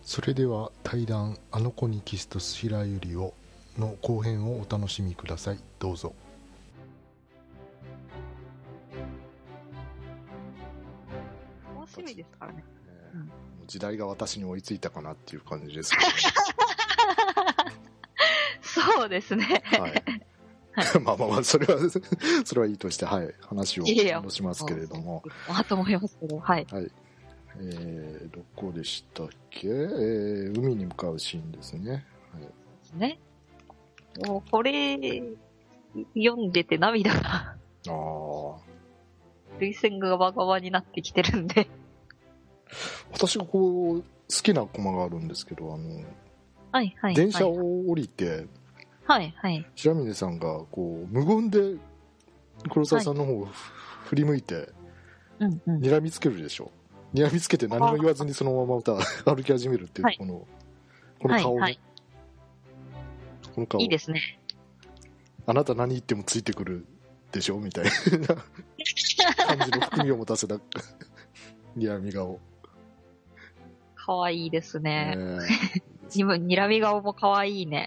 それでは対談あの子にキスと白百合をの後編をお楽しみください。どうぞ。 楽しみですからね。 もう時代が私に追いついたかなっていう感じですけど、 そうですね。 はい。まあまあまあ、それはいいとして、はい、話を戻しますけれども。 と思いますけど、はい。 はい。どこでしたっけ？海に向かうシーンですね。はい。 ですね。もうこれ、読んでて涙が、 ああ。 涙腺がガバガバになってきてるんで。 私がこう、好きなコマがあるんですけど、 はいはい。 電車を降りて、 はいはい。 白峰さんがこう無言で黒沢さんの方を振り向いて睨みつけるでしょ。睨みつけて何も言わずにそのまま歩き始めるっていう、この顔ね、 はい、 この顔いいですね。 あなた何言ってもついてくるでしょみたいな感じの含みを持たせた睨み顔。 かわいいですね。睨み顔もかわいいね。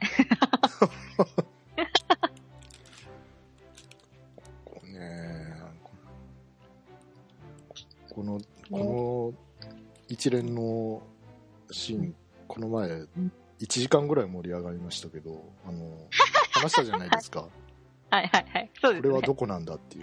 この一連のシーン、この前1時間ぐらい盛り上がりましたけど、話したじゃないですか。 はいはいはい。そうですね。 これはどこなんだっていう。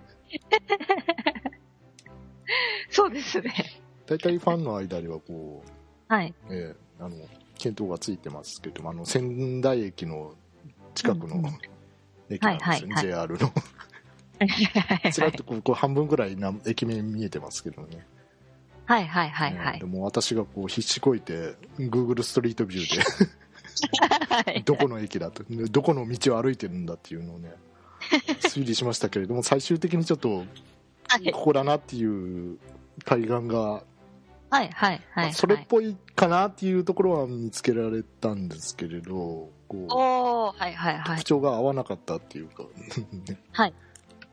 そうですね。 大体ファンの間ではこう、 はい。 見当がついてますけど、仙台駅の近くの駅なんですよね、JR の。ちらっとこう半分ぐらい駅名見えてますけどね。 はいはいはいはい。 でも私がこう必死こいて Google ストリートビューでどこの駅だと、どこの道を歩いてるんだっていうのをね推理しましたけれども、最終的にちょっとここだなっていう海岸が、 はいはいはい、 それっぽいかなっていうところは見つけられたんですけれど、こう、 はいはいはい、 特徴が合わなかったっていうかはい。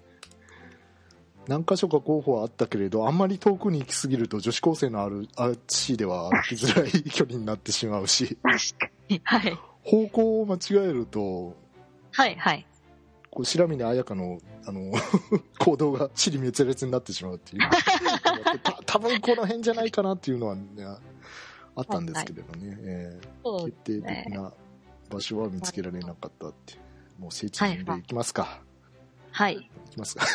何箇所か候補はあったけれど、あんまり遠くに行き過ぎると女子高生のある足では歩きづらい距離になってしまうし、 確かに、はい。 方向を間違えると、 はいはい。 こう白峰彩香の行動が尻滅裂になってしまうっていう多分この辺じゃないかなっていうのは、ね、あったんですけれどね、決定的な場所は見つけられなかったって。もう聖地巡礼行きますか。 はい。 行きますか。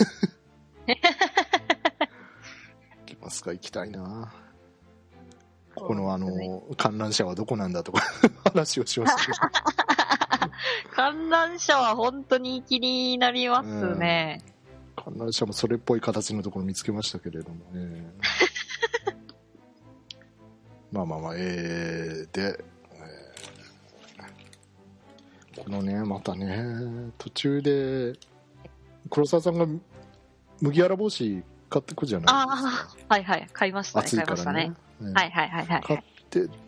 行きますか。行きたいな。ここの観覧車はどこなんだとか話をしましたけど。 観覧車は本当に気になりますね。 観覧車もそれっぽい形のところ見つけましたけれどもね。まあまあまあ、で、このね、またね、途中で黒沢さんが麦わら帽子買ってくるじゃないですか。 はいはい、買いましたね。 暑いからね。 はいはいはいはい。 買ってって、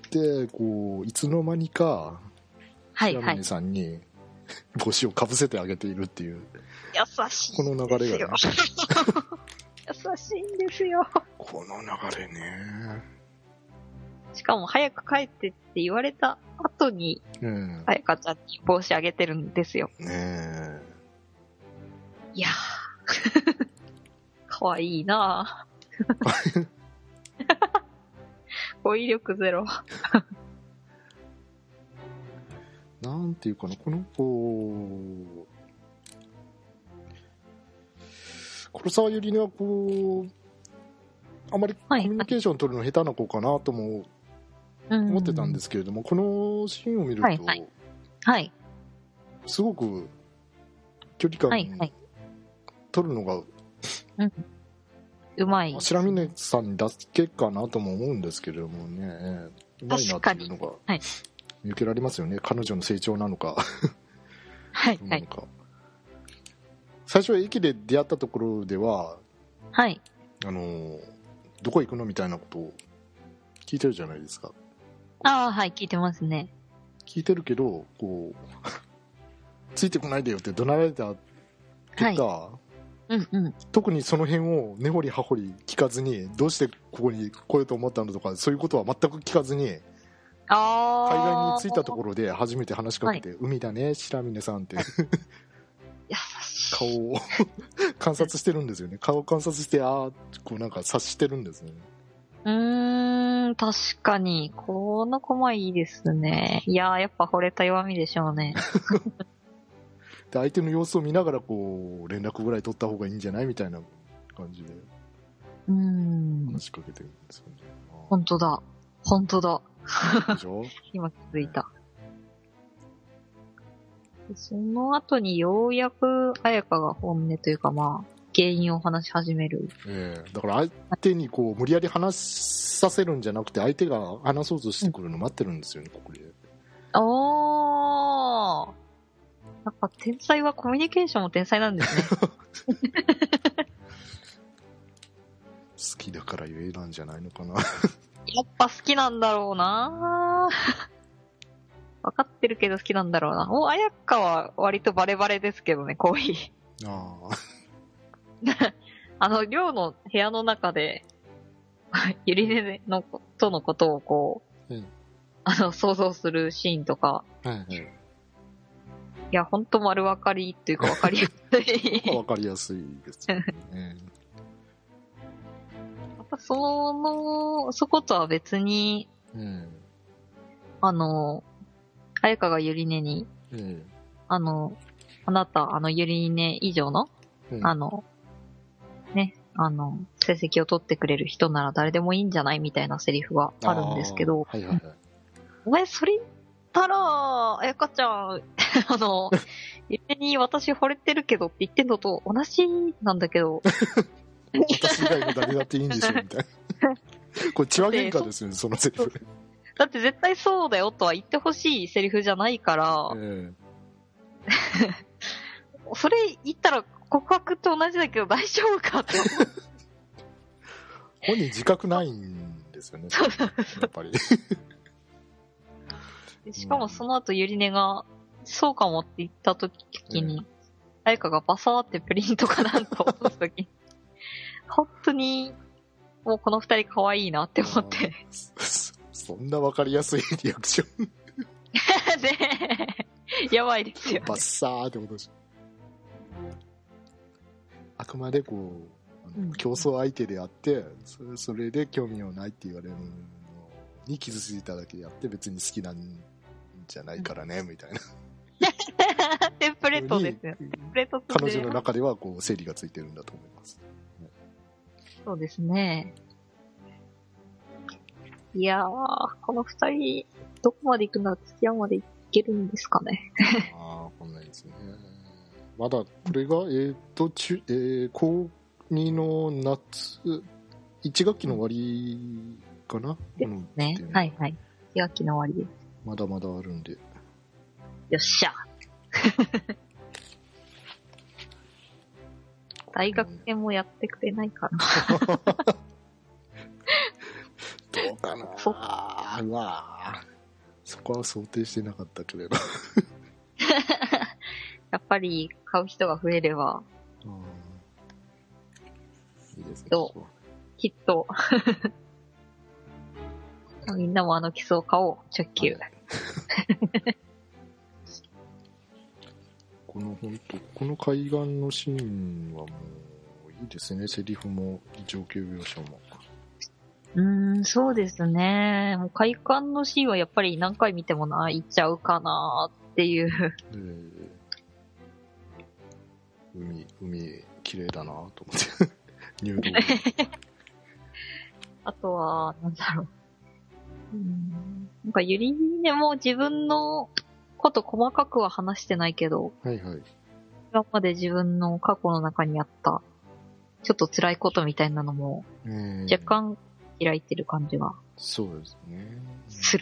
こう、いつの間にか、白峰さんに帽子をかぶせてあげているっていう。 優しい。 この流れがね。 優しいんですよ。 この流れね。 しかも早く帰ってって言われた後に、彩香ちゃんに帽子あげてるんですよ。 ねえ。 いやー。かわいいなぁ。語彙力ゼロ。 なんていうかな、この子、黒沢ゆりねはこう、あまりコミュニケーション取るの下手な子かなとも思ってたんですけれども、このシーンを見ると、 はい、 すごく距離感取るのが、 うまい。 白峰さんだけかなとも思うんですけれどもね、うまいなっていうのが見受けられますよね。彼女の成長なのかはいはい、最初は駅で出会ったところでは、 はい、 どこ行くのみたいなことを聞いてるじゃないですか。 はい、聞いてますね。 聞いてるけど、こうついてこないでよって怒鳴られた結果、特にその辺を根掘り葉掘り聞かずに、どうしてここに来ようと思ったのとか、そういうことは全く聞かずに、 海岸に着いたところで初めて話しかけて、海だね、白峰さんって。 優しい。 顔を観察してるんですよね。顔を観察して、こうなんか察してるんですね。 確かに。このコマいいですね。いやー、やっぱ惚れた弱みでしょうね。 で、相手の様子を見ながら、こう、連絡ぐらい取った方がいいんじゃないみたいな感じで。話しかけてるんですよね。 本当だ。本当だ。 でしょ今気づいた。その後にようやく彩香が本音というかまあ、原因を話し始める。 だから相手にこう無理やり話させるんじゃなくて、相手が話そうとしてくるの待ってるんですよね、ここで。 やっぱ天才はコミュニケーションも天才なんですね。好きだからゆえなんじゃないのかな。 やっぱ好きなんだろうな。分かってるけど好きなんだろうな。彩香は割とバレバレですけどね、コーヒー。寮の部屋の中で、ゆりねのとのことをこう、想像するシーンとか、いや、ほんと丸分かりっていうか分かりやすい。 分かりやすいですよね。 やっぱそことは別に、彩香がゆりねに、あなた、ゆりね以上の、成績を取ってくれる人なら誰でもいいんじゃないみたいなセリフはあるんですけど、お前それ言ったら、彩香ちゃん、ゆりねに私惚れてるけどって言ってんのと同じなんだけど。 私以外の誰だっていいんでしょみたいな。これ、血は喧嘩ですよね、そのセリフ。 だって絶対そうだよとは言ってほしいセリフじゃないから、それ言ったら告白と同じだけど大丈夫かって。 本人自覚ないんですよね。やっぱり。 しかもその後ゆりねが、そうかもって言った時に、彩香がバサーってプリントかなんか落とす時に、本当に、もうこの二人可愛いなって思って。 そんな分かりやすいリアクション。 やばいですよ、ね。 バッサーってことし。あくまでこう、競争相手であって、それで興味をないって言われるのに傷ついただけであって、別に好きなんじゃないからね、みたいな。 テンプレートですよ。テンプレート彼女の中ではこう整理がついてるんだと思います。 そうですね。いやー、この二人、どこまで行くなら付き合うまでいけるんですかね。 わかんないですね。まだ、これが、高2の夏、1学期の終わりかな？ ですね。はいはい。1学期の終わりです。 まだまだあるんで。 よっしゃ。大学編もやってくれないかな。 どうかな。うわそこは想定してなかったけれど。 やっぱり買う人が増えれば。 いいですね。 きっと。みんなも基礎を買おう。直球。 この海岸のシーンはもういいですね。セリフも情景描写も。 そうですね。もう海岸のシーンはやっぱり何回見ても泣いちゃうかなっていう。海綺麗だなと思って。入道。 あとは、なんだろう。なんかゆりねも自分のこと細かくは話してないけど、今まで自分の過去の中にあったちょっと辛いことみたいなのも若干開いてる感じがそうですね。 する。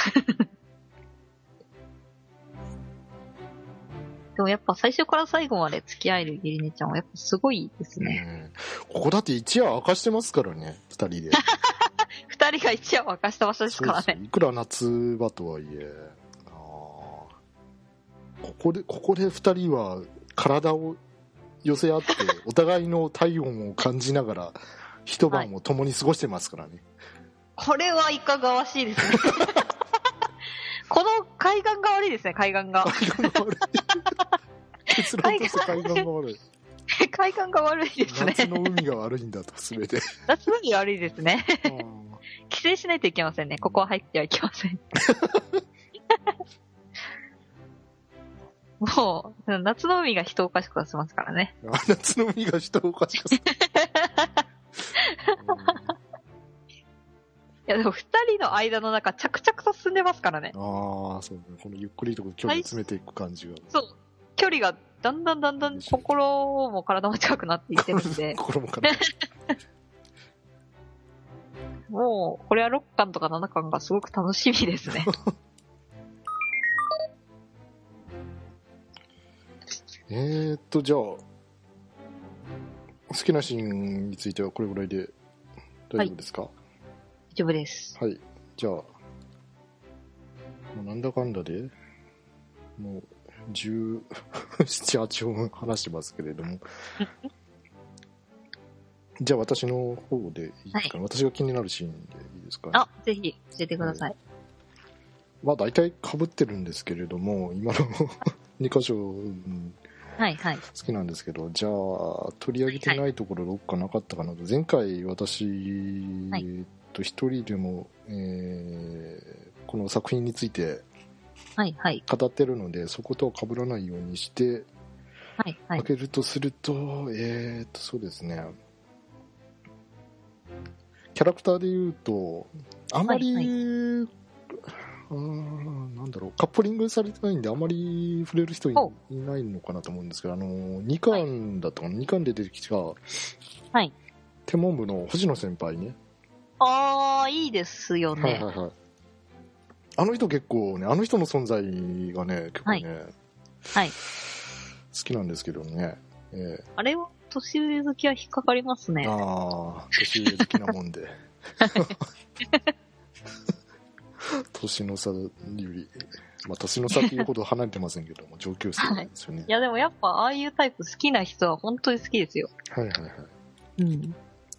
でもやっぱ最初から最後まで付き合えるゆりねちゃんはやっぱすごいですね。 ここだって一夜明かしてますからね、二人で。 二人が一夜明かした場所ですからね。 いくら夏場とはいえ。ここで二人は体を寄せ合ってお互いの体温を感じながら一晩を共に過ごしてますからね。 これはいかがわしいですね。 海岸が悪いですね、海岸が。 海岸が悪い。結論として海岸が悪い。 海岸が悪いですね。 夏の海が悪いんだと、すべて。 夏の海が悪いですね。規制しないといけませんね。ここは入ってはいけません。もう、夏の海が人をおかしくさせますからね。 夏の海が人をおかしくさせる。 いや、でも二人の間の中、着々と進んでますからね。 ああ、そうね。このゆっくりと距離を詰めていく感じが。 そう。距離がだんだん心も体も近くなっていってるんで。 心も体も。 もう、これは6巻とか7巻がすごく楽しみですね。 じゃあ、好きなシーンについてはこれぐらいで大丈夫ですか？はい、 大丈夫です。 はい。じゃあ、もうなんだかんだで、もう17、8分話してますけれども。じゃあ私の方でいいですかね、はい、私が気になるシーンでいいですかね。 あ、ぜひ教えてください。 まあ大体被ってるんですけれども、今の2箇所、 はいはい、 好きなんですけど、じゃあ取り上げてないところどっかなかったかなと、はい、前回私、一人でも、この作品について語ってるので、そことは被らないようにして開けるとすると、そうですね、キャラクターで言うとあまり、なんだろう、カップリングされてないんであまり触れる人いないのかなと思うんですけど、2巻だったかな、2巻で出てきた、天文部の星野先輩ね。 ああ、いいですよね。 はいはいはい。あの人結構ね、あの人の存在がね、結構ね、好きなんですけどね。 あれは年上好きは引っかかりますね。 ああ、年上好きなもんで。年の差より、まあ年の差っていうほど離れてませんけども、上級生なんですよね。 いやでもやっぱああいうタイプ好きな人は本当に好きですよ。 はいはいはい。うん。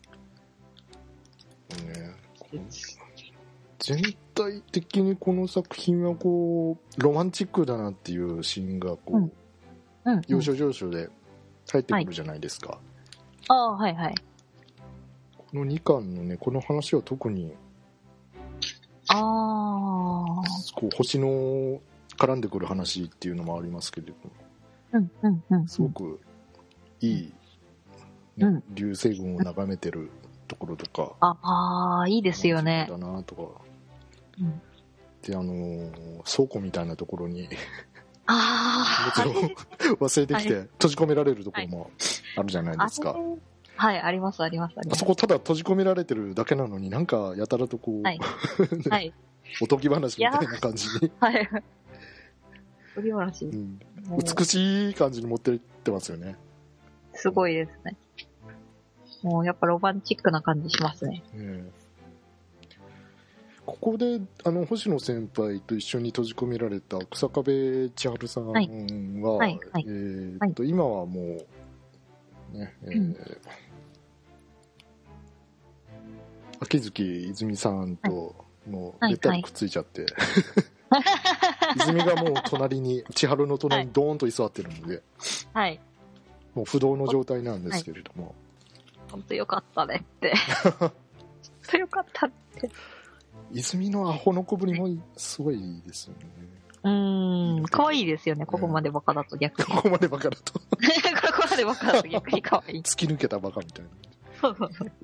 全体的にこの作品はこうロマンチックだなっていうシーンがこう、要所要所で入ってくるじゃないですか。 ああ、はいはい。 この2巻のね、この話は特に、こう星の絡んでくる話っていうのもありますけれど、すごくいい、ね、流星群を眺めてるところとか、 いいですよね。 だなとか、で倉庫みたいなところにもちろん忘れてきて閉じ込められるところもあるじゃないですか。 はい、ありますあります。 あそこただ閉じ込められてるだけなのに、なんかやたらとこう、おとぎ話みたいな感じに、 おとぎ話、 美しい感じに持っていってますよね。 すごいですね。もうやっぱロマンチックな感じしますね。 ここで星野先輩と一緒に閉じ込められた草壁千春さんは、今はもうね、秋月泉さんともうべったりくっついちゃって、泉がもう隣に、千春の隣にドーンと居座ってるので、もう不動の状態なんですけれども、 本当よかったねって本当よかったって。 泉のアホの子ぶりもすごいですよね。 可愛いですよね、ここまでバカだと逆に。 ここまでバカだと。ここまでバカだと逆に可愛い。 突き抜けたバカみたいな。 そうそうそう。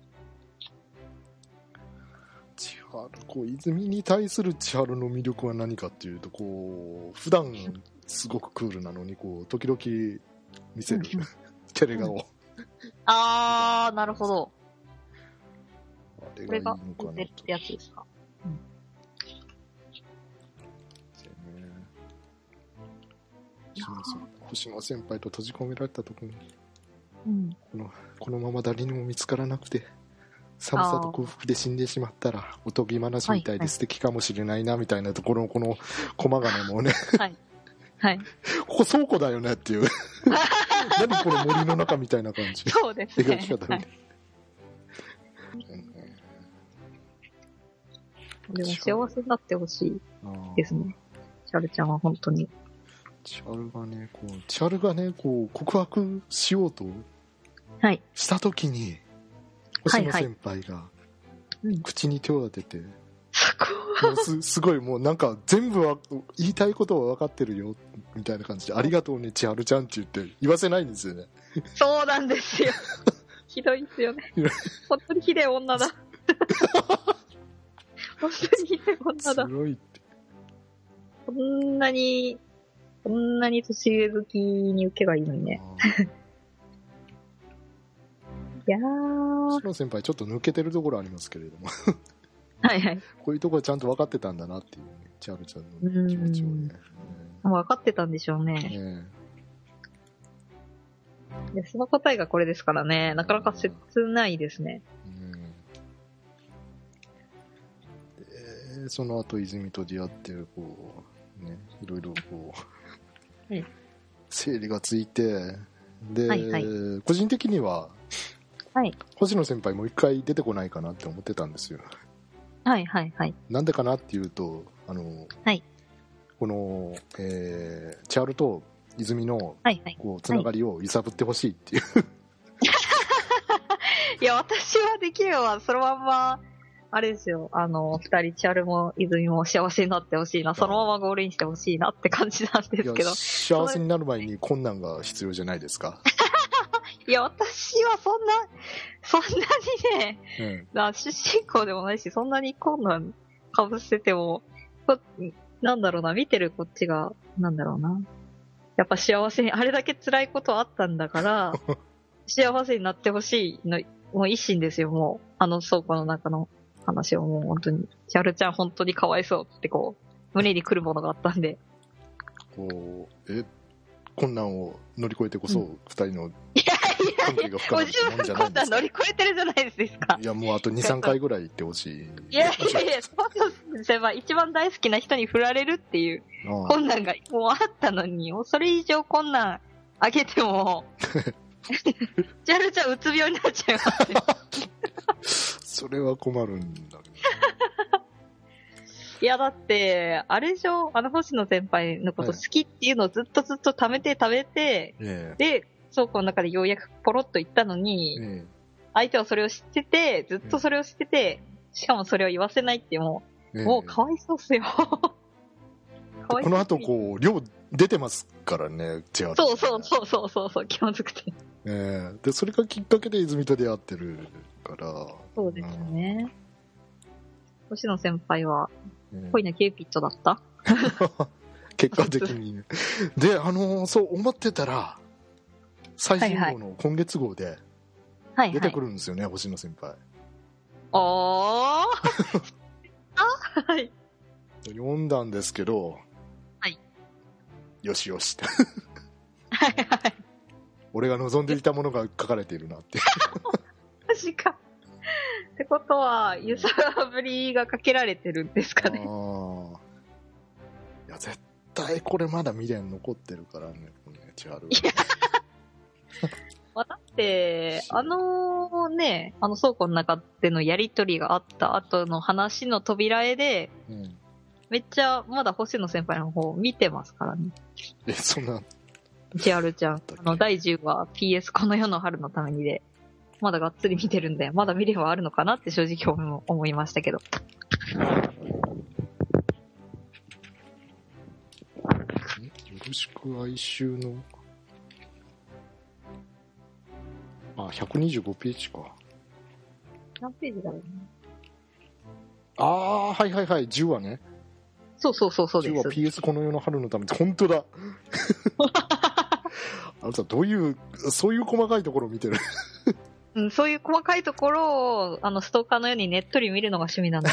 千春、こう、泉に対する千春の魅力は何かっていうと、こう、普段すごくクールなのに、こう、時々見せる、照れ顔。 なるほど。 あれがいいのかなと。 これがってやつですか。 星野先輩と閉じ込められた時に、このまま誰にも見つからなくて、寒さと空腹で死んでしまったらおとぎ話みたいで素敵かもしれないなみたいなところのこのコマがね、もうね、ここ倉庫だよねっていう何この森の中みたいな感じ。 そうですね。 描き方みたい。 でも幸せになってほしいですね。 チャルちゃんは本当に。 チャルがね、告白しようとしたときに、星野先輩が口に手を当てて、すごいもうなんか全部言いたいことは分かってるよみたいな感じで、ありがとうね千春ちゃんって言わせないんですよね。 そうなんですよ。ひどいですよね。本当にひでえ女だ。本当にひでえ女だ。 すごいって。 こんなに年上好きに受けがいいのにね。いやー。 星野先輩ちょっと抜けてるところありますけれども。 はいはい。 こういうところちゃんと分かってたんだなっていうね、千春ちゃんの気持ちをね。 分かってたんでしょうね。でその答えがこれですからね、なかなか切ないですね。 その後泉と出会っていろいろ整理がついて、で、個人的には、星野先輩もう一回出てこないかなって思ってたんですよ。 はいはいはい。 なんでかなっていうと、この、千春と泉のつながりを揺さぶってほしいっていう。 いや、私はできればそのまんま、あれですよ、二人、千春も泉も幸せになってほしいな、そのままゴールインしてほしいなって感じなんですけど。 幸せになる前に困難が必要じゃないですか。 いや、私はそんなにね、主人公でもないし、そんなに困難かぶせても、なんだろうな、見てるこっちが、なんだろうな。やっぱ幸せに、あれだけ辛いことあったんだから、幸せになってほしいの、もう一心ですよ、もう。倉庫の中の話をもう本当に、千春ちゃん本当にかわいそうって胸に来るものがあったんで。 困難を乗り越えてこそ、二人の関係が深まるもんじゃないんですか。 困難乗り越えてるじゃないですか。 いや、もうあと2、3回ぐらい行ってほしい。 いや、先輩、一番大好きな人に振られるっていう困難がもうあったのに、それ以上困難あげても、千春ちゃんうつ病になっちゃいますよ。 それは困るんだけど。 いや、だって、あれでしょ、星野先輩のこと好きっていうのをずっと貯めて、で、倉庫の中でようやくポロッと言ったのに、相手はそれを知ってて、ずっとそれを知ってて、しかもそれを言わせないってもうかわいそうっすよ。 この後量出てますからね、違う。 そう、気まずくて。 で、それがきっかけで泉と出会ってるから。 そうですね。星野先輩は、恋のキューピッドだった結果的にね。で、そう思ってたら、最新号の今月号で、出てくるんですよね、星野先輩。 はい。 読んだんですけど、よしよし。俺が望んでいたものが書かれているなって。 マジか。ってことは、揺さぶりがかけられてるんですかね。 いや、絶対これまだ未練残ってるからね、千春。 だって、倉庫の中でのやりとりがあった後の話の扉絵で、めっちゃまだ星野先輩の方見てますからね。 そんな。 千春ちゃん。第10話 PS この世の春のためにで、まだがっつり見てるんで、まだ見ればあるのかなって正直思いましたけど。よろしく哀愁の。125ページか。 何ページだろうね。 はい、10話ね。 そうです。10話 PS この世の春のために、本当だ。あなたそういう細かいところを見てる。 そういう細かいところを、ストーカーのようにねっとり見るのが趣味なんで。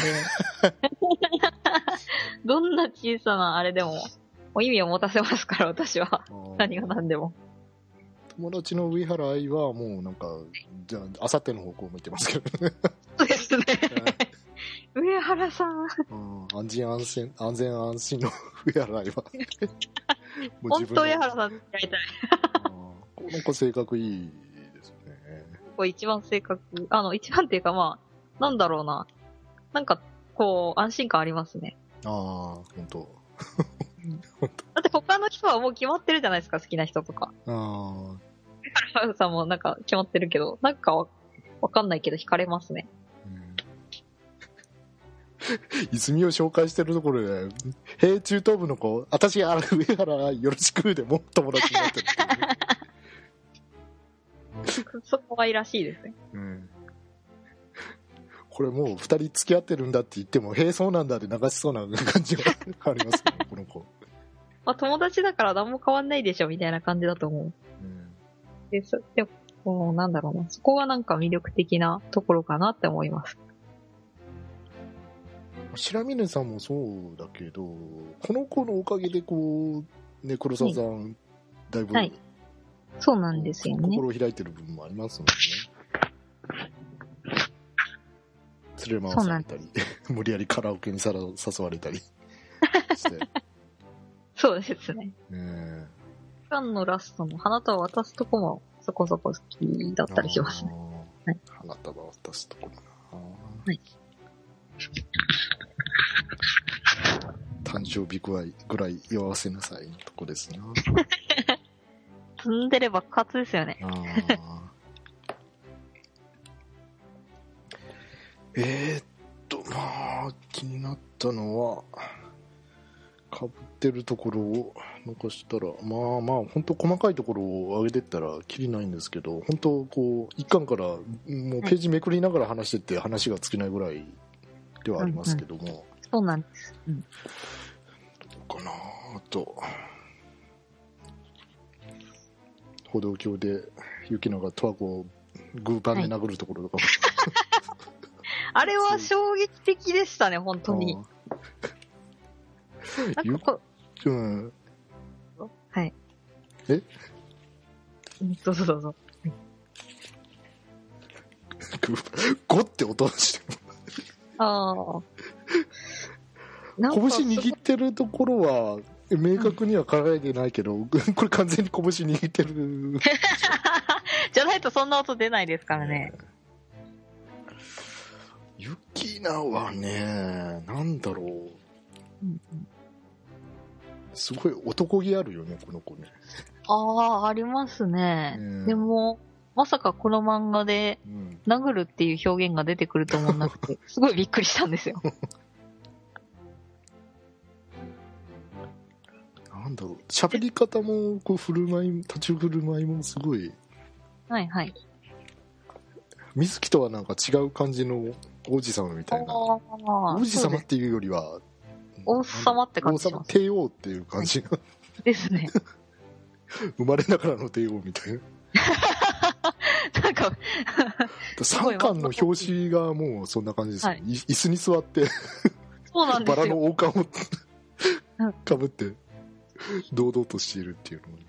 どんな小さなあれでも、意味を持たせますから、私は。何が何でも。 友達の上原愛はもうなんか、じゃあ、あさっての方向を向いてますけどね。 そうですね。上原さん。 安全安心の上原愛は。 本当上原さんにやりたい。 この子性格いいですね。 これ一番性格、一番っていうかなんだろうな。なんか、安心感ありますね。 本当。 だって他の人はもう決まってるじゃないですか、好きな人とか。 ああ。ハウさんもなんか決まってるけど、なんかわかんないけど惹かれますね。 泉を紹介してるところで、中等部の子、私が上原よろしくでも友達になってるっていう。 そこはいらしいですね。 これもう二人付き合ってるんだって言っても、そうなんだって流しそうな感じがありますね、この子。 まあ友達だから何も変わんないでしょみたいな感じだと思う。でもなんだろうな、そこがなんか魅力的なところかなって思います。 白峰さんもそうだけど、この子のおかげでこうね、黒沢さん、だいぶ、 そうなんですよね。 心を開いてる部分もありますもんね。連れ回されたり、無理やりカラオケに誘われたりして。 そうですね。ファンのラストの花束渡すとこもそこそこ好きだったりしますね。 花束渡すとこな。誕生日ぐらい祝わせなさいのとこですな。 ツンデレ爆発ですよね。 まあ、気になったのは、被ってるところを残したら、まあ、本当細かいところを上げてったらきりないんですけど、本当こう、一巻からもうページめくりながら話してって話が尽きないぐらいではありますけども。 そうなんです。どうかなあと、歩道橋で雪乃が十和子をグーパンで殴るところとかも、 あれは衝撃的でしたね、本当に。はい。どうぞどうぞ。 ゴって音してる。拳握ってるところは明確には考えてないけど、これ完全に拳握ってる。 じゃないとそんな音出ないですからね。 ユキナはね、なんだろう。すごい男気あるよね、この子ね。 ありますね。でも、まさかこの漫画で、殴るっていう表現が出てくると思わなくて、すごいびっくりしたんですよ。 なんだろう、喋り方も、こう、立ち振る舞いもすごい。 はいはい。 水木とはなんか違う感じの王子様みたいな。王子様っていうよりは、 王様って感じします。 帝王っていう感じが。 ですね。 生まれながらの帝王みたいな。 なんか 3巻の表紙がもうそんな感じですよ、椅子に座ってそうなんですよ、 バラの王冠をかぶって堂々としているっていうのも、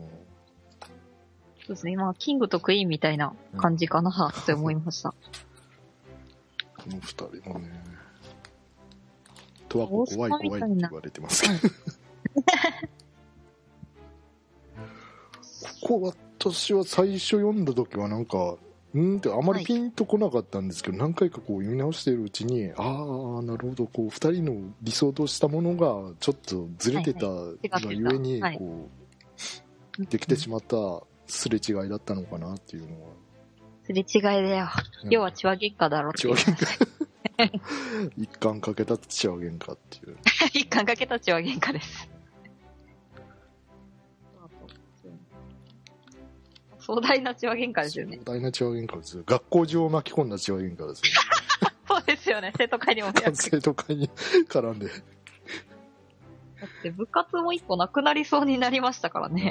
そうですね、今キングとクイーンみたいな感じかなって思いました、 この2人もね、十和子怖いって言われてますけどここ私は最初読んだ時はなんかってあまりピンとこなかったんですけど、何回かこう読み直しているうちに、なるほど、こう2人の理想としたものがちょっとずれてたがゆえにこうできてしまったすれ違いだったのかなっていうのは。 すれ違いだよ、要は血は喧嘩だろっていう。 一巻かけた血は喧嘩っていう一巻かけた血は喧嘩です。壮大な血は喧嘩ですよね。 壮大な血は喧嘩です。学校中を巻き込んだ血は喧嘩ですよね。 そうですよね。生徒会にも迷惑。 生徒会に絡んで。だって部活も一個なくなりそうになりましたからね。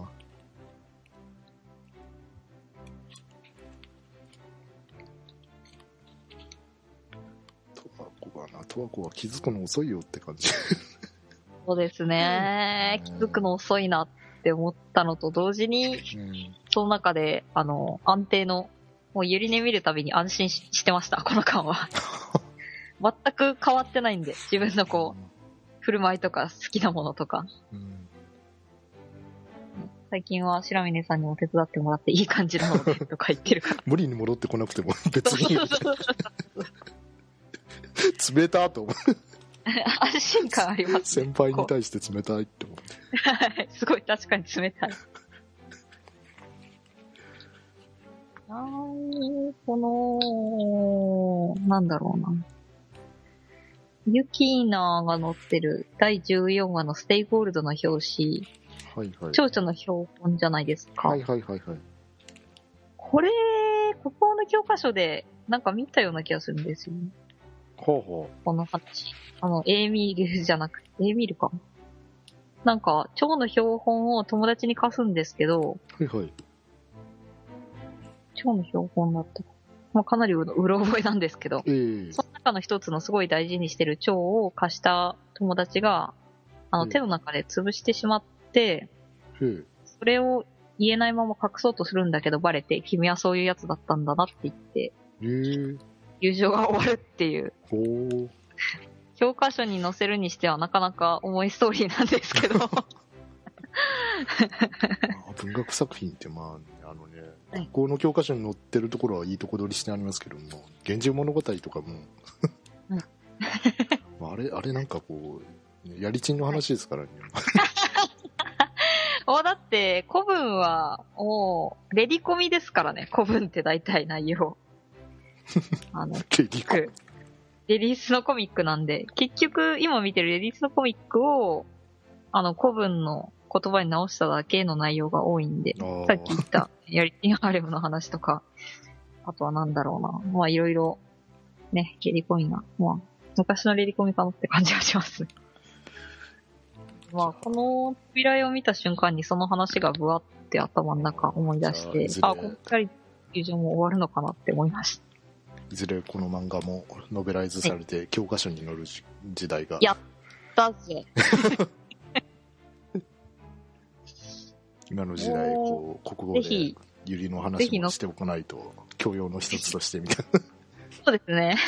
十和子は気づくの遅いよって感じ。 そうですね。気づくの遅いなって思ったのと同時に、その中で、安定の、もうゆりね見るたびに安心してました、この巻は。全く変わってないんで、自分のこう、振る舞いとか好きなものとか。最近は白峰さんにも手伝ってもらっていい感じなので、とか言ってるから。 無理に戻ってこなくても別に。冷たーと思う。 安心感あります、 ね。先輩に対して冷たいって思って。 すごい確かに冷たい。なんだろうな。ユキーナが載ってる第14話のステイゴールドの表紙。はいはい。蝶々の標本じゃないですか。 はいはいはいはい。 ここの教科書でなんか見たような気がするんですよね。 ほうほう。この話。エーミールじゃなくて、エーミールか。なんか、蝶の標本を友達に貸すんですけど、 はいはい。 蝶の標本だった。まあ、かなりうろ覚えなんですけど、その中の一つのすごい大事にしてる蝶を貸した友達が、手の中で潰してしまって、それを言えないまま隠そうとするんだけどバレて、君はそういうやつだったんだなって言って、友情が終わるっていう。教科書に載せるにしてはなかなか重いストーリーなんですけど。 文学作品って学校の教科書に載ってるところはいいとこ取りしてありますけども、源氏物語とかも、あれなんかこう、やりちんの話ですからね。 だって、古文は、レディコミですからね、古文って大体内容。レディースのコミックなんで、結局、今見てるレディースのコミックを、古文の言葉に直しただけの内容が多いんで、さっき言った、やりちんハレムの話とか、あとはなんだろうな。まあ、いろいろ、ね、レディコミな。まあ、昔のレディコミかなって感じがします。まあ、この扉を見た瞬間にその話がブワって頭の中思い出して、この二人友情も終わるのかなって思いました。 いずれこの漫画もノベライズされて教科書に載る時代が。 やったぜ。 今の時代、こう、国語でユリの話もしておかないと、教養の一つとしてみたいな。 そうですね。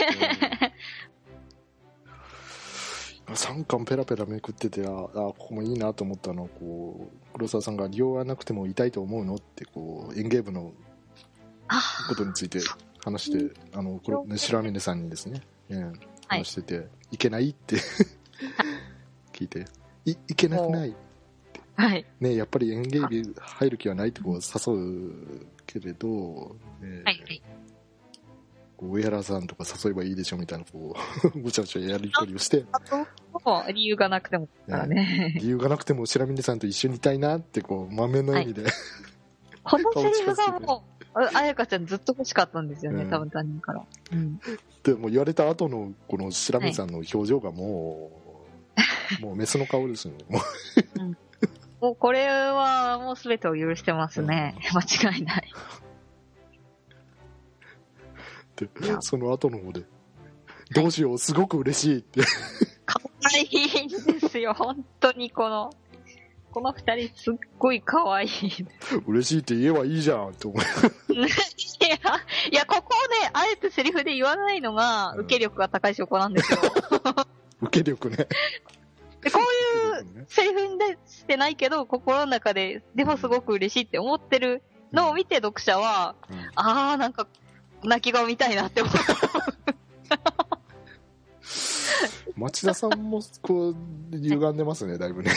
3巻ペラペラめくってて、ここもいいなと思ったのは、こう、黒沢さんが利用がなくても痛いと思うのって、こう、園芸部のことについて話して、これ、白峰さんにですね、話してて、いけないって聞いて、いけなくない。 はい。 ね、やっぱり園芸部入る気はないってこう誘うけれど、 はいはい。 上原さんとか誘えばいいでしょみたいな、こう、ぐちゃぐちゃやりとりをして。 理由がなくてもからね。 理由がなくても白峰さんと一緒にいたいなって、こう、満面の笑みで、 このセリフがもう、彩香ちゃんずっと欲しかったんですよね、多分担任から。 でも言われた後の、この白峰さんの表情がもうメスの顔ですよね。 もうこれはもう全てを許してますね。間違いない。 で、その後の方で、どうしよう、すごく嬉しいって。 可愛いんですよ、本当にこの二人すっごい可愛い。 嬉しいって言えばいいじゃんって思う。 いや、ここをね、あえてセリフで言わないのが、受け力が高い証拠なんですよ。 受け力ね。 でこういうセリフでしてないけど、心の中で、でもすごく嬉しいって思ってるのを見て読者は、なんか、泣き顔見たいなって思う。 町田さんも、こう、歪んでますね、だいぶね。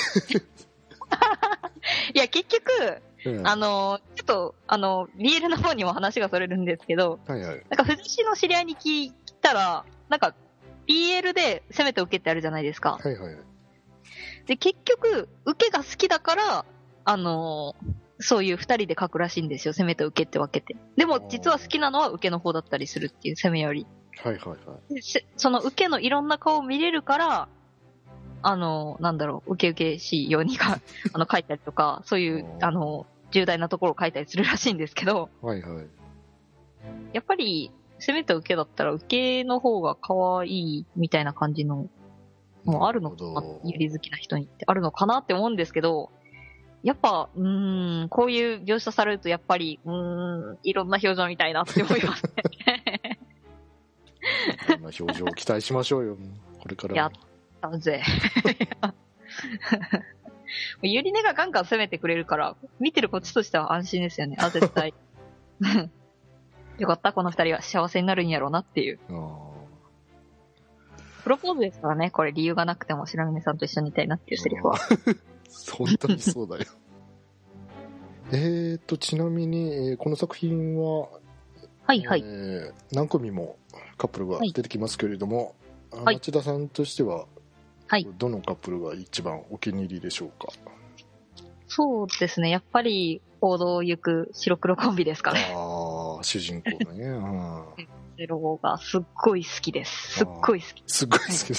いや、結局、ちょっと、BL の方にも話がそれるんですけど、なんか、藤士の知り合いに聞いたら、なんか、BL で攻めて受けってあるじゃないですか。で、結局、受けが好きだから、そういう二人で書くらしいんですよ。攻めと受けって分けて。でも、実は好きなのは受けの方だったりするっていう、攻めより。その受けのいろんな顔を見れるから、なんだろう、受けしいように書いたりとか、そういう、重大なところを書いたりするらしいんですけど、やっぱり、攻めと受けだったら、受けの方が可愛いみたいな感じの、もうあるのかな、ゆり好きな人にってあるのかなって思うんですけど、やっぱ、こういう描写されると、やっぱり、いろんな表情みたいなって思いますね。 いろんな表情を期待しましょうよ、これから。 やったぜ。ゆりねがガンガン攻めてくれるから、見てるこっちとしては安心ですよね。絶対。よかった、この二人は幸せになるんやろうなっていう。 プロポーズですからね、これ理由がなくても白峰さんと一緒にいたいなっていうセリフは。 本当にそうだよ。ちなみに、この作品は、 はいはい。 何組もカップルが出てきますけれども、 はい、 町田さんとしては、 はい、 どのカップルが一番お気に入りでしょうか？ そうですね、やっぱり王道を行く白黒コンビですかね。 ああ、主人公ね。 ゼロがすっごい好きです。すっごい好き。 すっごい好きです。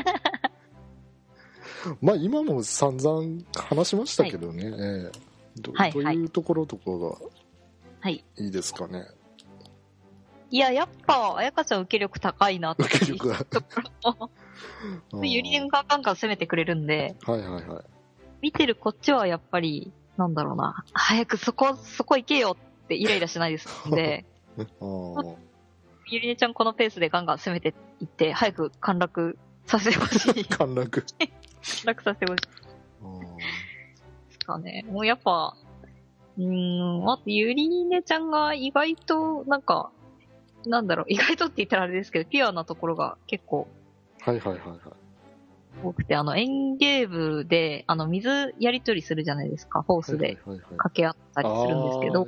まあ今も散々話しましたけどね。どういうところとかがいいですかね。 いや、やっぱ、彩香ちゃん受け力高いなって。 受け力が。 ゆりねがガンガン攻めてくれるんで、 はいはいはい。 見てるこっちはやっぱり、なんだろうな、早くそこ行けよってイライラしないですんで、ゆりねちゃんこのペースでガンガン攻めていって、早く陥落させてほしい。 陥落陥落させてほしい。ですかね。もうやっぱ、あとゆりねちゃんが意外と、なんか、なんだろう、意外とって言ったらあれですけど、ピュアなところが結構、 はいはいはいはい。 多くて、園芸部で、水やり取りするじゃないですか、ホースで掛け合ったりするんですけど、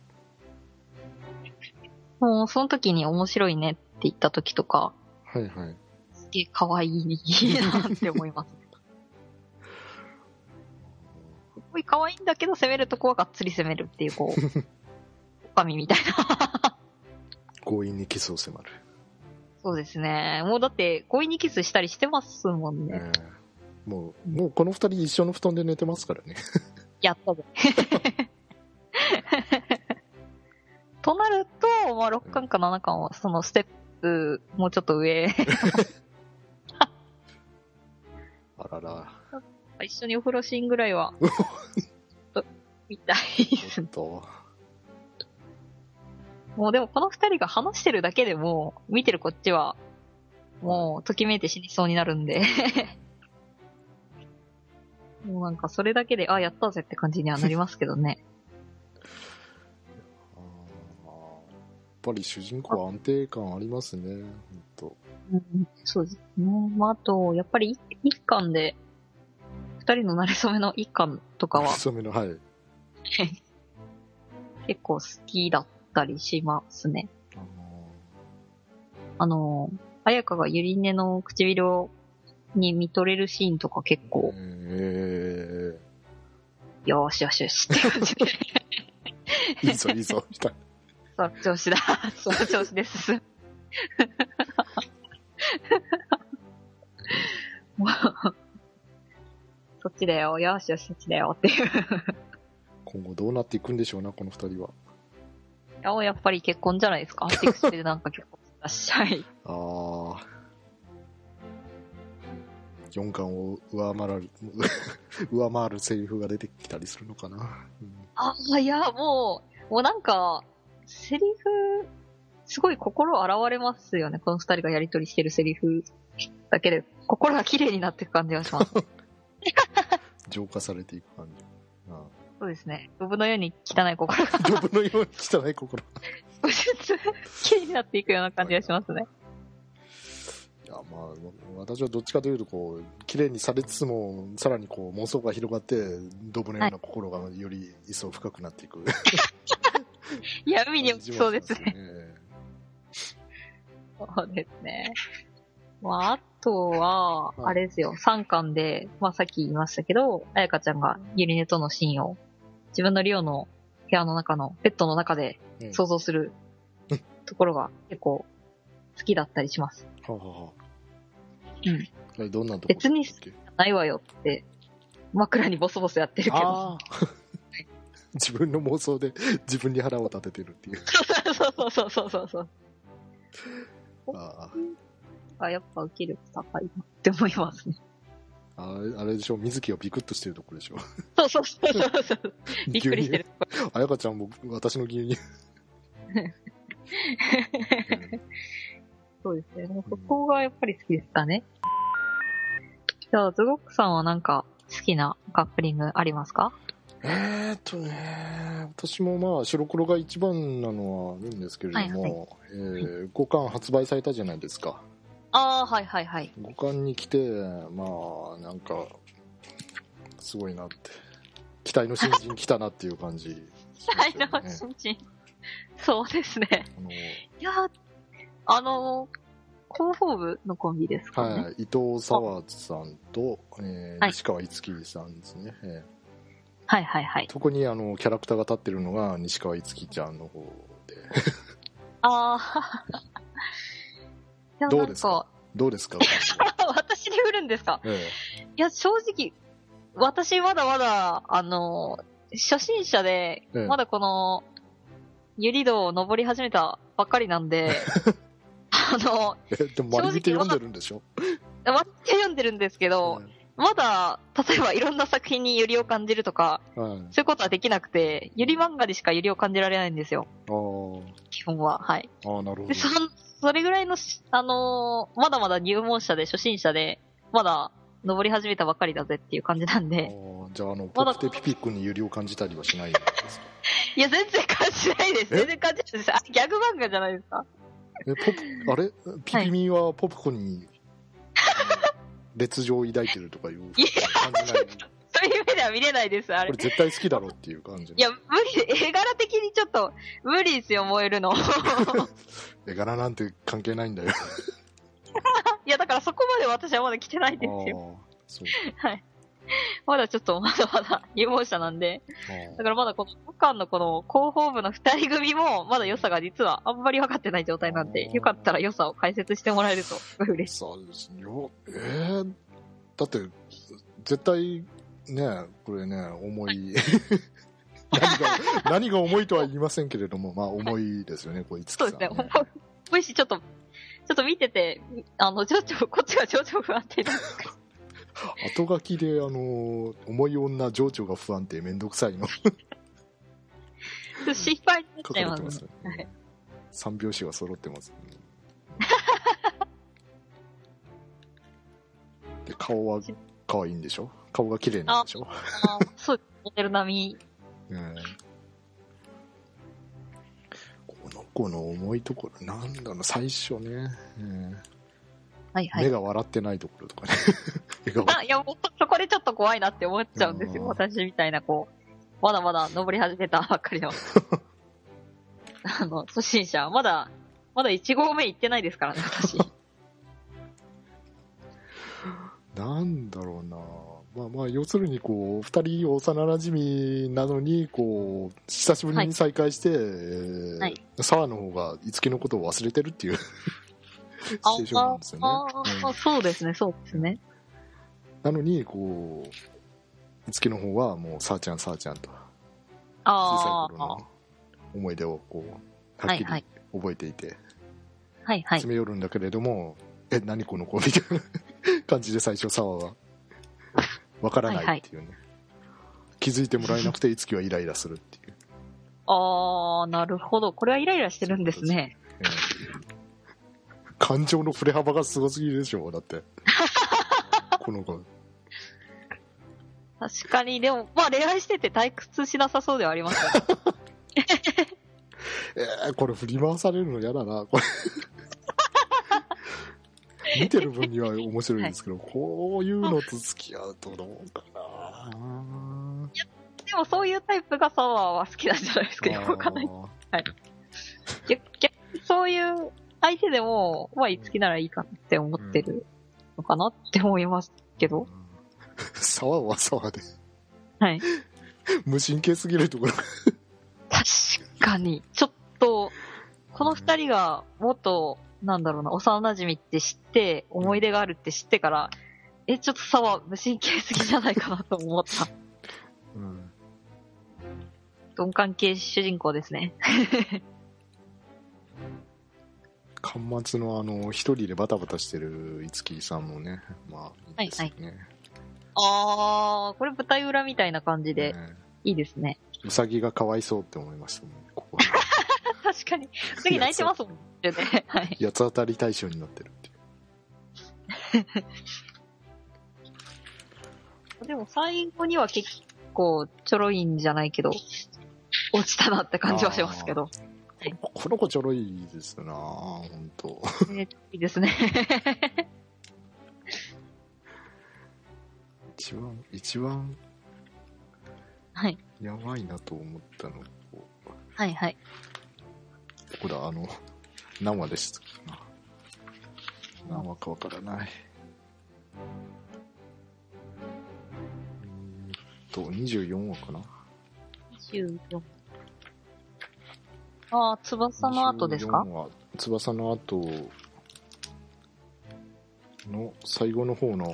もうその時に面白いねって言った時とか、 はいはい。 すげえ可愛いなって思います。すごい可愛いんだけど、攻めるとこはがっつり攻めるっていう、こう、おかみみたいな。 強引にキスを迫る。 そうですね。もうだって、強引にキスしたりしてますもんね。 もうこの二人一緒の布団で寝てますからね。 やったぜ。となると、まあ、6巻か7巻は、そのステップ、もうちょっと上。 あらら。 一緒にお風呂シーンぐらいは、見たいですね。もうでもこの2人が話してるだけでも、見てるこっちは、もう、ときめいて死にそうになるんで。もうなんかそれだけで、あ、やったぜって感じにはなりますけどね。 やっぱり主人公は安定感ありますね、本当。 そうですね。まあ、あと、やっぱり一巻で、二人の馴れ初めの一巻とかは、 馴れ初めの、はい。 結構好きだったりしますね。彩香がゆりねの唇に見とれるシーンとか結構、よーしよしよしって感じで。 いいぞいいぞ、みたいな。その調子だ。その調子です。もうそっちだよ、よしよしそっちだよっていう。 今後どうなっていくんでしょうな、この二人は。 やっぱり結婚じゃないですか。セックスでなんか結婚してらっしゃい。 4巻を上回るセリフが出てきたりするのかな。 いや、もうなんか、セリフ、すごい心洗われますよね。この二人がやりとりしてるセリフだけで、心が綺麗になっていく感じがします。 浄化されていく感じ。 そうですね。ドブのように汚い心が。 ドブのように汚い心が。 少しずつ綺麗になっていくような感じがしますね。 いや、まあ、私はどっちかというと、こう、綺麗にされつつも、さらにこう、妄想が広がって、ドブのような心がより一層深くなっていく。 いや、海に落ちそうですね。そうですね。まあ、あとは、あれですよ、3巻で、まあさっき言いましたけど、彩香ちゃんがゆりねとのシーンを、自分のリオの部屋の中の、ベッドの中で想像するところが結構好きだったりします。 どんなとこ別に好きじゃないわよって、枕にボソボソやってるけど。 自分の妄想で自分に腹を立ててるっていう。 そう。やっぱ受け力高いなって思いますね。 あれでしょ、水木をビクッとしてるところでしょ。 そう。びっくりしてる。 彩香ちゃんも私の牛乳。 そうですね。もうそこがやっぱり好きですかね。じゃあ、ズゴックさんはなんか好きなカップリングありますか？ 私もまあ白黒が一番なのはあるんですけれども、5巻発売されたじゃないですか。 ああ、はいはいはい。 5巻に来て、まあ、なんか、すごいなって。期待の新人来たなっていう感じ、ね。 期待の新人。そうですね。いや、広報部のコンビですかね。 はい、伊藤沢さんと、西川樹さんですね。 はいはいはい。 特にキャラクターが立ってるのが西川樹ちゃんの方で。 ああ。 どうですかどうですか私に振るんですか、いや、正直、私まだまだ、初心者で、まだこの、ゆり道を登り始めたばっかりなんで、 でも割り見て読んでるんでしょ？ 割り見て読んでるんですけど、まだ、例えばいろんな作品にゆりを感じるとか、そういうことはできなくて、ゆり漫画でしかゆりを感じられないんですよ。基本は、はい。 なるほど。 で、それぐらいの、まだまだ入門者で初心者で、まだ登り始めたばっかりだぜっていう感じなんで。 じゃあポプテピピックにゆりを感じたりはしないんですか？ いや、全然感じないです。全然感じないです。ギャグ漫画じゃないですか。 あれピピミはポプコに、烈情を抱いてるとかいう感じない？ そういう目では見れないです、あれ。 これ絶対好きだろっていう感じ。 いや、無理、絵柄的にちょっと、無理ですよ、燃えるの。 絵柄なんて関係ないんだよ。 いや、だからそこまで私はまだ来てないんですよ。そう。はい。まだちょっとまだまだ入門者なんで、だからまだこの武漢のこの広報部の二人組もまだ良さが実はあんまり分かってない状態なんで、よかったら良さを解説してもらえると嬉しい。 そうですよ。だって絶対ね、これね、重い。何が重いとは言いませんけれども、まあ重いですよね、こいつ。 そうですね、重いし、ちょっと見てて、こっちが情緒不安定なんですか。 後書きで、重い女情緒が不安定めんどくさいの。 心配になっちゃいますね。はい。 三拍子が揃ってます、ね。で、顔は可愛いんでしょ？顔が綺麗なんでしょ？ そう、モデル並み。 この子の重いところ、なんだろう、最初ね。 はいはい。 目が笑ってないところとかね。 いや、もうそこでちょっと怖いなって思っちゃうんですよ。私みたいな、まだまだ登り始めたばっかりの。初心者。まだ1合目行ってないですからね、私。 なんだろうな。まあ、要するに二人幼馴染なのに、久しぶりに再会して、沢の方が樹のことを忘れてるっていうシチュエーションなんですよね。 そうですね、そうですね。 なのに、樹の方はもう、さあちゃんと、小さい頃の思い出をはっきり覚えていて、詰め寄るんだけれども、何この子みたいな感じで最初沢はわからないっていうね、気づいてもらえなくて樹はイライラするっていう。 なるほど。これはイライラしてるんですね。 感情の振れ幅がすごすぎるでしょ、だってこの子。 確かに。でも恋愛してて退屈しなさそうではありますよね。これ振り回されるの嫌だな、これ見てる分には面白いですけど、こういうのと付き合うとどうかな。 いや、でもそういうタイプがサワーは好きなんじゃないですか、よくわかんない。はい。逆にそういう相手でも、好きならいいかって思ってるのかなって思いますけど。 サワーはサワーで。 はい。 無神経すぎるところ。 確かに。ちょっと、この二人がもっと、なんだろうな、幼馴染って知って、思い出があるって知ってから、ちょっとサワー無神経すぎじゃないかなと思った。鈍感系主人公ですね。 巻末の一人でバタバタしてる樹さんもね、まあいいですね。 これ舞台裏みたいな感じで、いいですね。 うさぎがかわいそうって思いましたもんね、ここ。 確かに。うさぎ泣いてますもんね。はい。 八つ当たり対象になってるっていう。 でも最後には結構ちょろいんじゃないけど、落ちたなって感じはしますけど。 この子ちょろいですなほんと。 いいですね。 一番、 はい。 やばいなと思ったの。 はいはい。 ここだ、何話でしたかな。何話かわからない。24話かな。 24。ああ、翼の後ですか？ 翼の後の最後の方の、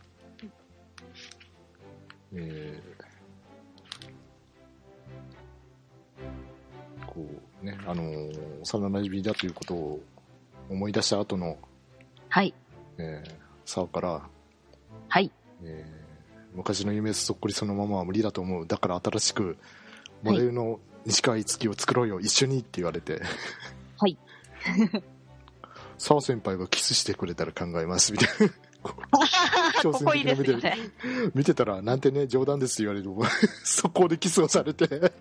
こうね、幼馴染だということを思い出した後の、 はい。 沢から、 はい。 昔の夢そっくりそのままは無理だと思う。だから新しくモデルの西川樹を作ろうよ、一緒にって言われて。 はい。 沢先輩がキスしてくれたら考えますみたいな。 ここいいですよね。 見てたらなんてね冗談です言われる。速攻でキスをされて。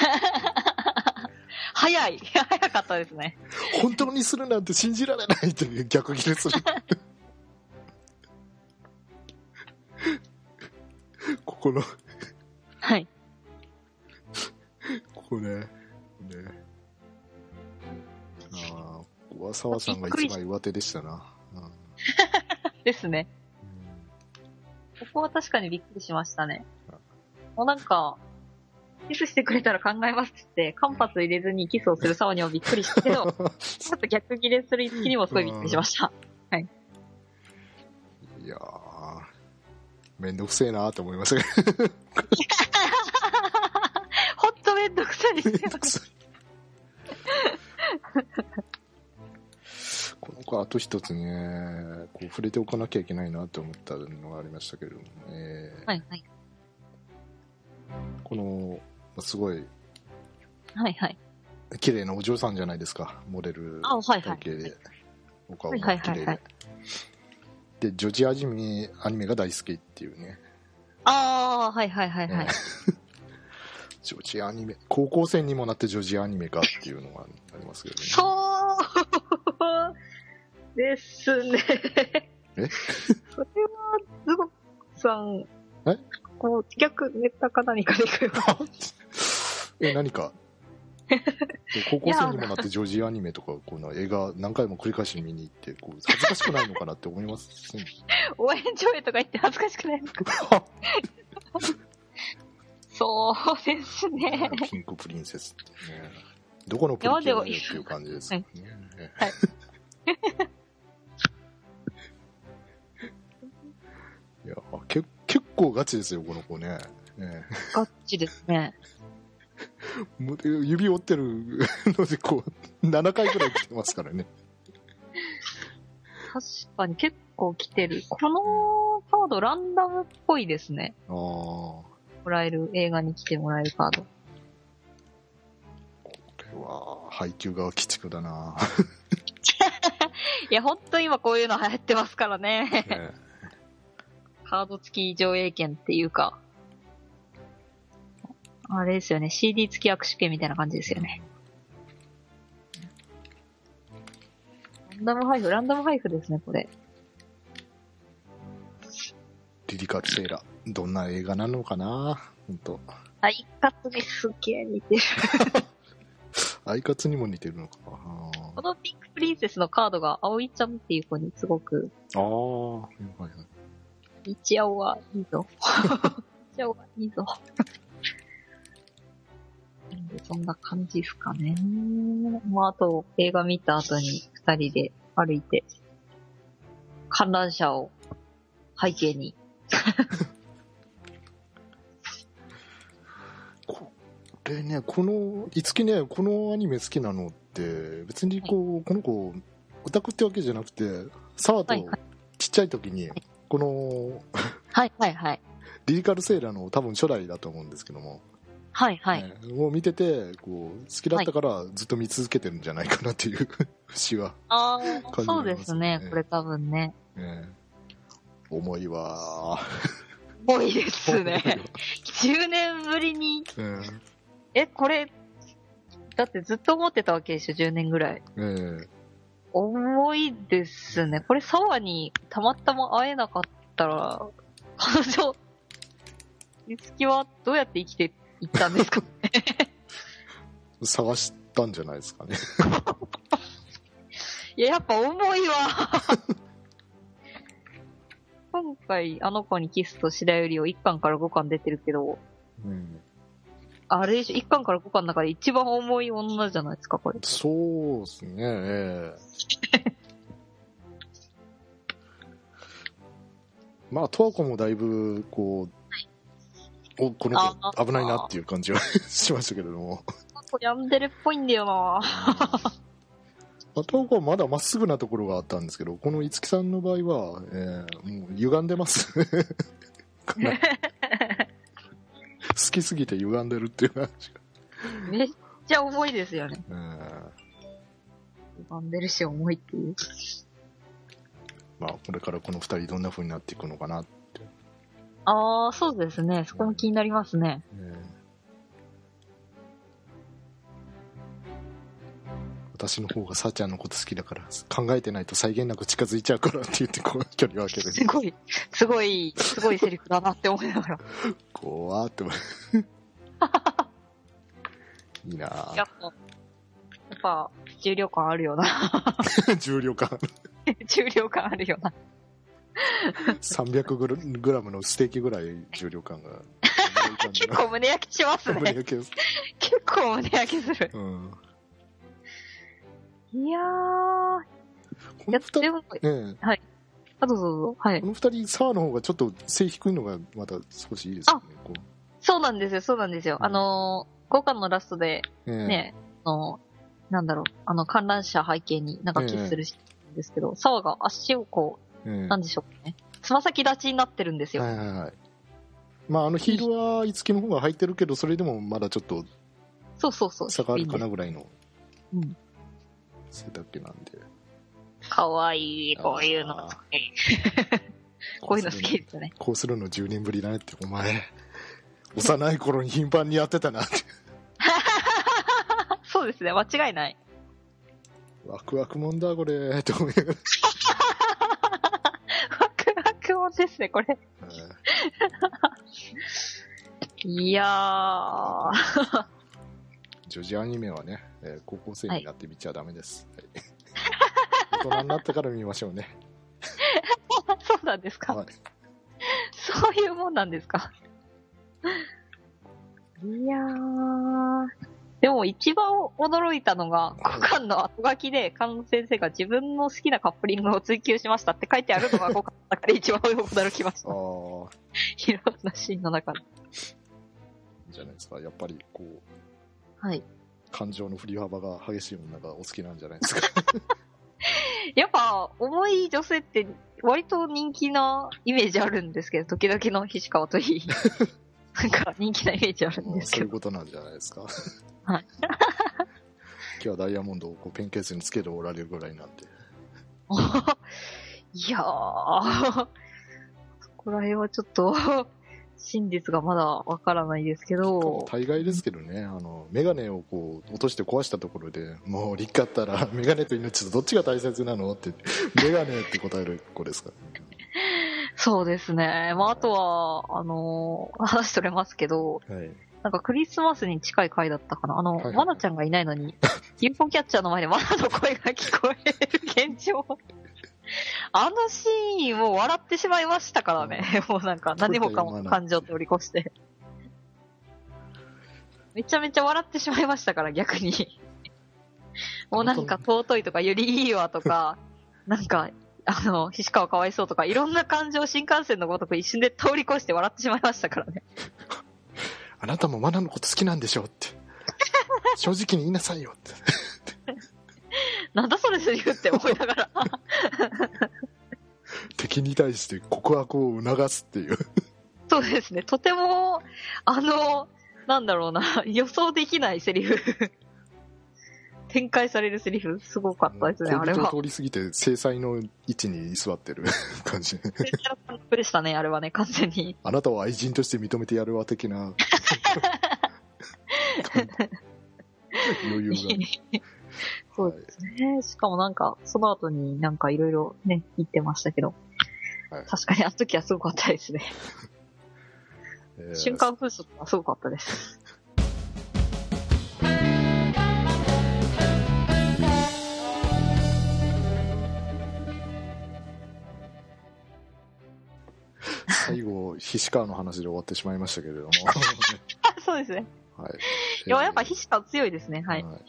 早かったですね。 本当にするなんて信じられないって逆ギレする。ここのはい。 ここね。小沢さんが一番上手でしたな。 ですね。ここは確かにびっくりしましたね。もうなんか、キスしてくれたら考えますって、間髪入れずにキスをする沢にはびっくりしたけど、ちょっと逆ギレする気にもすごいびっくりしました。はい。 いやー、めんどくせえなーって思いましたけど。 ほんとめんどくさいですよね。 この子あと一つね、こう触れておかなきゃいけないなと思ったのがありましたけれどもね。 はいはい。 この、すごい、 はいはい。 綺麗なお嬢さんじゃないですか、モデル体型で。お顔が綺麗で。で、女児アニメが大好きっていうね。 ああ、はいはいはいはい。 女児アニメ、高校生にもなって女児アニメかっていうのがありますけどね。 そうですね。それは、ズゴさん、こう、逆ネタか何かでくれます。 何か高校生にもなって女児アニメとか、この映画何回も繰り返し見に行って、こう恥ずかしくないのかなって思います、ね。 応援上映とか言って恥ずかしくないですか？そうですね。 ピンクプリンセスってね。どこのプリキュアだよっていう感じですね。はい。いや、結構ガチですよ、この子ね。 ガチですね。 指折ってるので、こう、7回くらい来てますからね。 確かに結構来てる。このカードランダムっぽいですね。もらえる、映画に来てもらえるカード。 これは、配給が鬼畜だな。 いや、ほんと今こういうの流行ってますからね。カード付き上映券っていうか、あれですよね、CD 付き握手券みたいな感じですよね。ランダム配布ですね、これ。 リリカルセーラー。どんな映画なのかなほんと。 アイカツにすげえ似てる。 アイカツにも似てるのか。 このピンクプリンセスのカードが葵ちゃんっていう子にすごく。 はいはい。 一青はいいぞ。一青はいいぞ。そんな感じですかね。あと、映画見た後に二人で歩いて、観覧車を背景に。 これね、いつきね、このアニメ好きなのって、別にこの子、オタクってわけじゃなくて、沢とちっちゃい時に、この、リリカルセーラーの多分初代だと思うんですけども、もう見ててこう好きだったからずっと見続けてるんじゃないかなっていう節は感じますね。そうですね、これ多分ね。 重いわ重いですね。10年ぶりに、これだってずっと思ってたわけでしょ、10年ぐらい。重いですね。これ、沢にたまたま会えなかったら、彼女、いつきはどうやって生きていったんですかね。 探したんじゃないですかね。 いや、やっぱ重いわ。今回、あの子にキスと白百合を1巻から5巻出てるけど、あれでしょ、1巻から5巻の中で一番重い女じゃないですか、これ。 そうですね。まあ、十和子もだいぶ、こう、この子危ないなっていう感じはしましたけれども。 ヤンデレっぽいんだよな。 十和子はまだまっすぐなところがあったんですけど、この五木さんの場合は、もう歪んでます。好きすぎて歪んでるっていう感じが。 めっちゃ重いですよね。歪んでるし重いっていう。 まあ、これからこの二人どんな風になっていくのかなって。 ああ、そうですね。そこも気になりますね。 私の方がさっちゃんのこと好きだから考えてないと際限なく近づいちゃうからって言ってこう距離を空ける。 すごいセリフだなって思いながら。 怖ーって思う。いいなぁ。 やっぱ重量感あるよな。 重量感あるよな。 300グラムのステーキぐらい重量感が。 結構胸焼けしますね。結構胸焼けする。いやー。 この二人、 はい。どうぞ。はい。 この二人、沢の方がちょっと背低いのがまた少しいいですよね。 そうなんですよ。5巻のラストで、ね、なんだろう、観覧車背景になんかキスするシーンですけど、沢が足をこう、なんでしょうね。つま先立ちになってるんですよ。まあ、ヒールは五木の方が入ってるけど、それでもまだちょっと、 そう。 差があるかなぐらいの。背丈なんで。 かわいい、こういうの好き。こういうの好きですね。 こうするの10年ぶりだねって、お前、幼い頃に頻繁にやってたなって。 そうですね、間違いない。 ワクワクもんだ、これ、と思いながら。 ワクワクもんですね、これ。いやー。 女児アニメはね、高校生になって見ちゃダメです。大人になってから見ましょうね。 そうなんですか、そういうもんなんですか。いやー。でも一番驚いたのが、5巻の後書きで、菅先生が自分の好きなカップリングを追求しましたって書いてあるのが5巻の中で一番驚きました。いろんなシーンの中で。 じゃないですか、やっぱりこう、感情の振り幅が激しい女がお好きなんじゃないですか。 やっぱ、重い女性って割と人気なイメージあるんですけど、時々の菱川といい。なんか人気なイメージあるんですけど。 そういうことなんじゃないですか。今日はダイヤモンドをこうペンケースにつけておられるぐらいなんで。 いやー、そこら辺はちょっと、真実がまだわからないですけど。 大概ですけどね、メガネをこう落として壊したところで、もう立ったらメガネと命とどっちが大切なのって、メガネって答える子ですから、ね。 そうですね。まあ、あとは、話取れますけど、なんかクリスマスに近い回だったかな。マナちゃんがいないのに、UFO キャッチャーの前でマナの声が聞こえる現状。あのシーンも笑ってしまいましたからね。もうなんか何もかも感情を通り越して。めちゃめちゃ笑ってしまいましたから、逆に。もうなんか尊いとか、よりいいわとか、なんか、菱川かわいそうとか、いろんな感情、新幹線のごとく一瞬で通り越して笑ってしまいましたからね。 あなたもマナのこと好きなんでしょって。正直に言いなさいよって。 なんだそれセリフって思いながら。 敵に対して告白を促すっていう。 そうですね。とても、なんだろうな、予想できないセリフ。展開されるセリフ、すごかったですね、あれは。 通り過ぎて、制裁の位置に居座ってる感じ。制裁の感覚でしたね、あれはね、完全に。 あなたを愛人として認めてやるわ、的な。 余裕が。 そうですね。しかもなんか、その後になんかいろいろね、言ってましたけど、はい、確かにあの時はすごかったですね。瞬間風速はすごかったです。 最後、菱川の話で終わってしまいましたけれども。 そうですね。はい。いや、やっぱ菱川強いですね。はい。はい、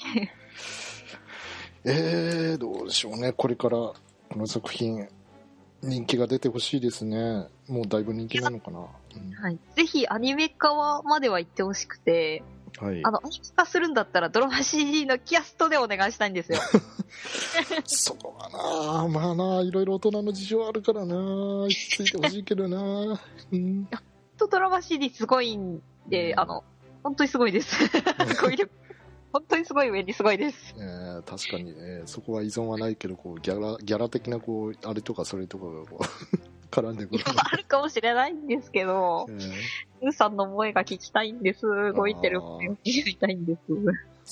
どうでしょうね。これから、この作品、人気が出てほしいですね。もうだいぶ人気なのかな。 はい。ぜひアニメ化までは行ってほしくて、はい。アニメ化するんだったらドラマ CD のキャストでお願いしたいんですよ。 そこはな、まあな、いろいろ大人の事情あるからな、行き着いてほしいけどな。 うん。ドラマ CD すごいんで、本当にすごいです。語彙力。本当にすごい上にすごいです。 確かに、そこは依存はないけど、こうギャラ的なこうあれとかそれとかがこう絡んでくる。 あるかもしれないんですけど、ウーさんの声が聞きたいんです。動いてる声を聞きたいんです。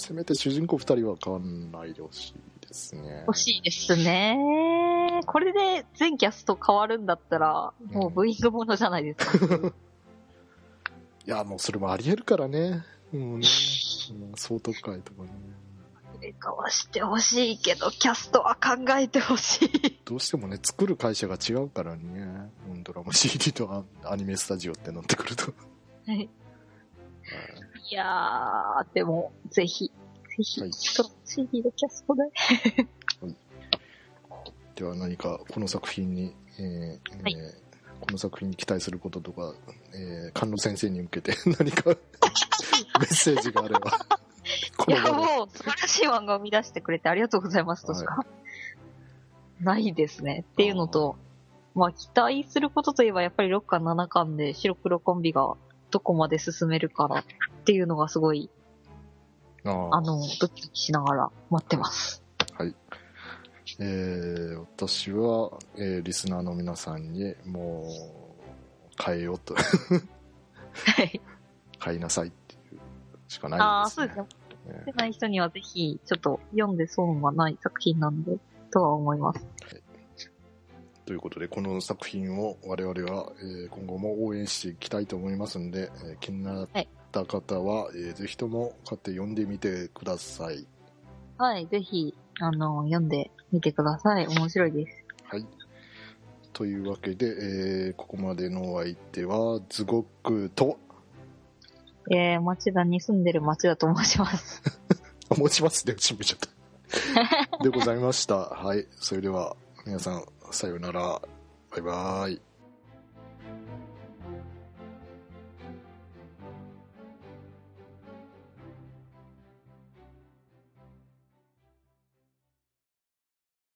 せめて主人公2人は変わんないでほしいですね。 欲しいですね。これで全キャスト変わるんだったら、もうブーイングものじゃないですか。 いや、もうそれもあり得るからね。もうね、総特会とかね。 入れ替わしてほしいけど、キャストは考えてほしい。 どうしてもね、作る会社が違うからね。ドラマ CD とアニメスタジオってなってくると。はい。 いやー、でも、ぜひ、はい、ドラマ CD のキャストで。はい、 では何か、この作品に、はい、この作品に期待することとか、菅野先生に向けて何かメッセージがあれば。 いや、もう素晴らしい漫画を生み出してくれてありがとうございますとしか、はい、ないですね。っていうのと、まあ期待することといえばやっぱり6巻7巻で白黒コンビがどこまで進めるからっていうのがすごい、ドキドキしながら待ってます。 はい。私は、リスナーの皆さんにもう変えようとはい、買いなさいっていうしかないですね。 そうですね。出ない人にはぜひちょっと読んで損はない作品なんでとは思います。はい、 ということでこの作品を我々は、今後も応援していきたいと思いますので、気になった方は、ぜひとも買って読んでみてください。 はい、ぜひ読んでみてください。面白いです。 はい。というわけで、ここまでのお相手はズゴックと町田に住んでる町田と申します。 申しますね、閉めちゃった。でございました。はい。それでは皆さんさようなら。バイバーイ。